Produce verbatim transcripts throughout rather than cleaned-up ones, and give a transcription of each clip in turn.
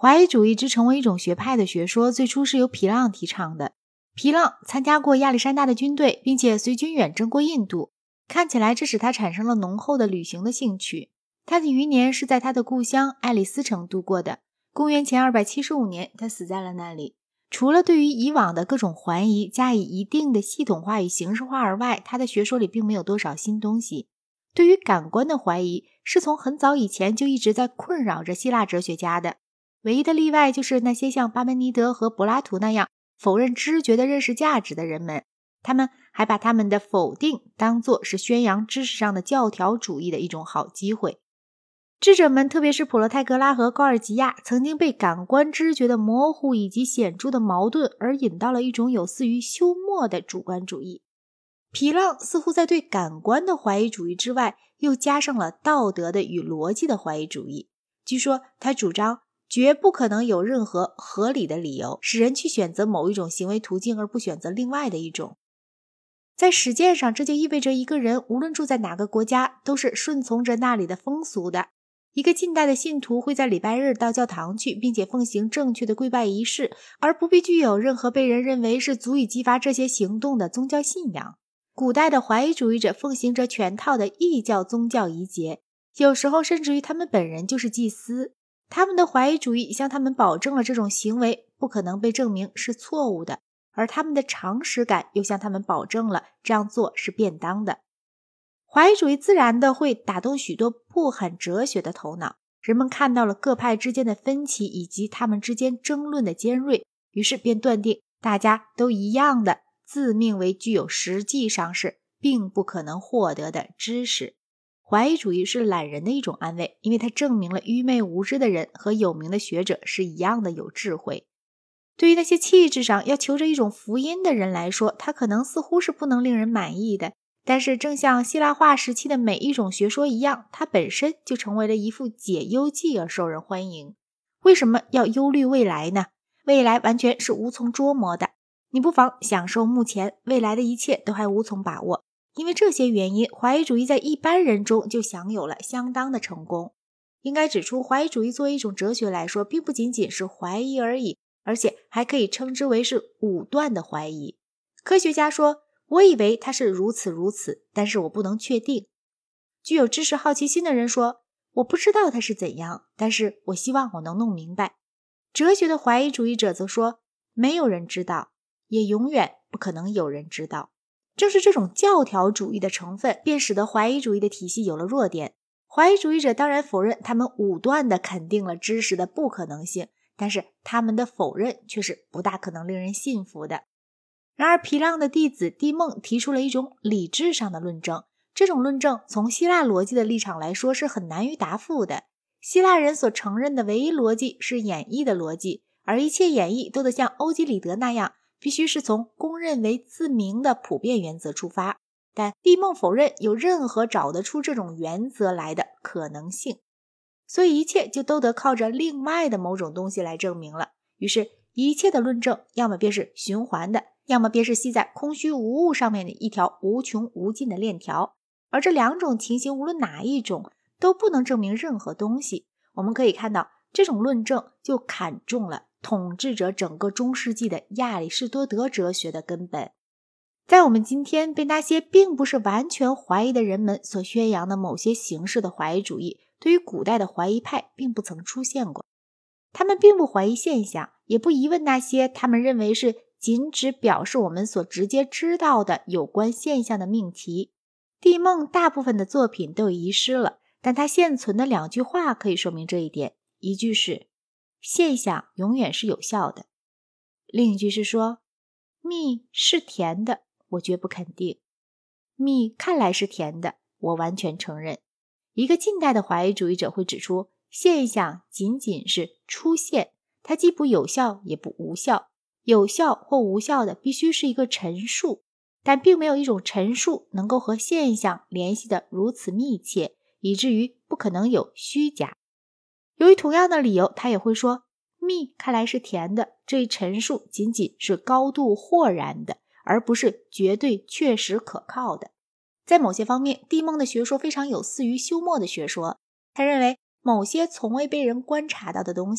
怀疑主义之成为一种学派的学说，最初是由皮浪提倡的。皮浪参加过亚历山大的军队，并且随军远征过印度，看起来这使他产生了浓厚的旅行的兴趣。他的余年是在他的故乡爱丽丝城度过的，公元前二百七十五年，他死在了那里。除了对于以往的各种怀疑加以一定的系统化与形式化而外，他的学说里并没有多少新东西。对于感官的怀疑是从很早以前就一直在困扰着希腊哲学家的，唯一的例外就是那些像巴门尼德和柏拉图那样否认知觉的认识价值的人们，他们还把他们的否定当作是宣扬知识上的教条主义的一种好机会。智者们，特别是普罗泰戈拉和高尔吉亚，曾经被感官知觉的模糊以及显著的矛盾而引到了一种有似于休谟的主观主义。皮浪似乎在对感官的怀疑主义之外，又加上了道德的与逻辑的怀疑主义。据说他主张绝不可能有任何合理的理由使人去选择某一种行为途径而不选择另外的一种。在实践上，这就意味着一个人无论住在哪个国家，都是顺从着那里的风俗的。一个近代的信徒会在礼拜日到教堂去，并且奉行正确的跪拜仪式，而不必具有任何被人认为是足以激发这些行动的宗教信仰。古代的怀疑主义者奉行着全套的异教宗教仪节，有时候甚至于他们本人就是祭司。他们的怀疑主义向他们保证了这种行为不可能被证明是错误的，而他们的常识感又向他们保证了这样做是便当的。怀疑主义自然的会打动许多不很哲学的头脑，人们看到了各派之间的分歧以及他们之间争论的尖锐，于是便断定大家都一样的自命为具有实际上是并不可能获得的知识。怀疑主义是懒人的一种安慰，因为它证明了愚昧无知的人和有名的学者是一样的有智慧。对于那些气质上要求着一种福音的人来说，它可能似乎是不能令人满意的，但是正像希腊化时期的每一种学说一样，它本身就成为了一副解忧剂而受人欢迎。为什么要忧虑未来呢？未来完全是无从捉摸的，你不妨享受目前，未来的一切都还无从把握。因为这些原因，怀疑主义在一般人中就享有了相当的成功。应该指出，怀疑主义作为一种哲学来说，并不仅仅是怀疑而已，而且还可以称之为是武断的怀疑。科学家说，我以为它是如此如此，但是我不能确定。具有知识好奇心的人说，我不知道它是怎样，但是我希望我能弄明白。哲学的怀疑主义者则说，没有人知道，也永远不可能有人知道。正是这种教条主义的成分，便使得怀疑主义的体系有了弱点。怀疑主义者当然否认他们武断地肯定了知识的不可能性，但是他们的否认却是不大可能令人信服的。然而皮浪的弟子蒂梦提出了一种理智上的论证，这种论证从希腊逻辑的立场来说是很难于答复的。希腊人所承认的唯一逻辑是演绎的逻辑，而一切演绎都得像欧几里得那样，必须是从公认为自明的普遍原则出发，但蒂梦否认有任何找得出这种原则来的可能性，所以一切就都得靠着另外的某种东西来证明了。于是一切的论证要么便是循环的，要么便是系在空虚无物上面的一条无穷无尽的链条，而这两种情形无论哪一种都不能证明任何东西。我们可以看到，这种论证就砍中了统治着整个中世纪的亚里士多德哲学的根本。在我们今天被那些并不是完全怀疑的人们所宣扬的某些形式的怀疑主义，对于古代的怀疑派并不曾出现过。他们并不怀疑现象，也不疑问那些他们认为是仅只表示我们所直接知道的有关现象的命题。蒂梦大部分的作品都遗失了，但他现存的两句话可以说明这一点。一句是现象永远是有效的，另一句是说蜜是甜的，我绝不肯定。蜜看来是甜的，我完全承认。一个近代的怀疑主义者会指出，现象仅仅是出现，它既不有效也不无效。有效或无效的必须是一个陈述，但并没有一种陈述能够和现象联系得如此密切，以至于不可能有虚假。由于同样的理由，他也会说蜜看来是甜的，这一陈述仅仅是高度豁然的，而不是绝对确实可靠的。在某些方面，蒂梦的学说非常有似于休谟的学说。他认为某些从未被人观察到的东西，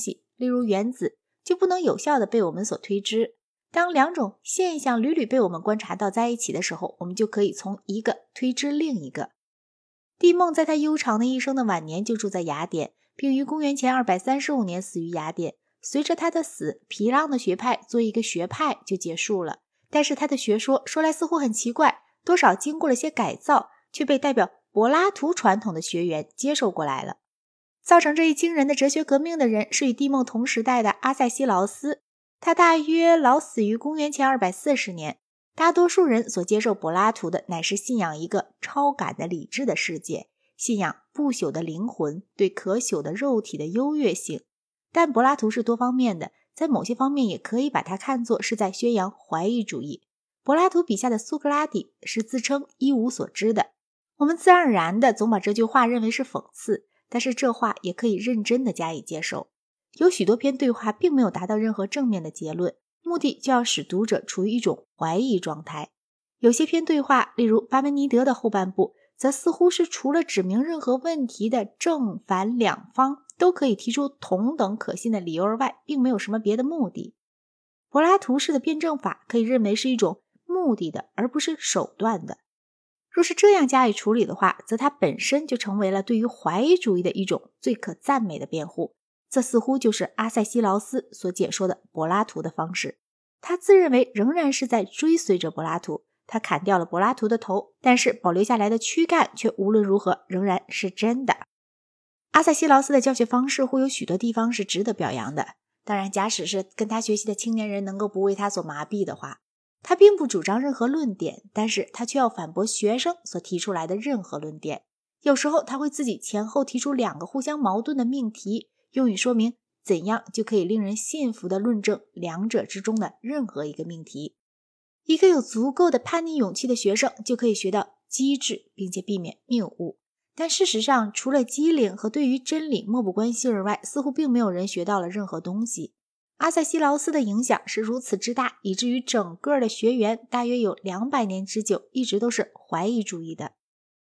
例如原子，就不能有效地被我们所推知。当两种现象屡屡被我们观察到在一起的时候，我们就可以从一个推知另一个。蒂梦在他悠长的一生的晚年就住在雅典，并于公元前二百三十五年死于雅典。随着他的死，皮浪的学派作为一个学派就结束了，但是他的学说说来似乎很奇怪，多少经过了些改造，却被代表柏拉图传统的学员接受过来了。造成这一惊人的哲学革命的人是与蒂梦同时代的阿塞西劳斯，他大约老死于公元前二百四十年。大多数人所接受柏拉图的乃是信仰一个超感的理智的世界，信仰不朽的灵魂对可朽的肉体的优越性。但柏拉图是多方面的，在某些方面也可以把它看作是在宣扬怀疑主义。柏拉图笔下的苏格拉底是自称一无所知的，我们自然而然的总把这句话认为是讽刺，但是这话也可以认真的加以接受。有许多篇对话并没有达到任何正面的结论，目的就要使读者处于一种怀疑状态。有些篇对话，例如巴门尼德的后半部，则似乎是除了指明任何问题的正反两方都可以提出同等可信的理由而外，并没有什么别的目的。柏拉图式的辩证法可以认为是一种目的的，而不是手段的。若是这样加以处理的话，则它本身就成为了对于怀疑主义的一种最可赞美的辩护。这似乎就是阿塞西劳斯所解说的柏拉图的方式。他自认为仍然是在追随着柏拉图，他砍掉了柏拉图的头，但是保留下来的躯干却无论如何仍然是真的。阿塞西劳斯的教学方式会有许多地方是值得表扬的，当然假使是跟他学习的青年人能够不为他所麻痹的话。他并不主张任何论点，但是他却要反驳学生所提出来的任何论点。有时候他会自己前后提出两个互相矛盾的命题，用以说明怎样就可以令人信服地论证两者之中的任何一个命题。一个有足够的叛逆勇气的学生就可以学到机智，并且避免谬误。但事实上，除了机灵和对于真理漠不关心而外，似乎并没有人学到了任何东西。阿塞西劳斯的影响是如此之大，以至于整个的学员大约有两百年之久一直都是怀疑主义的。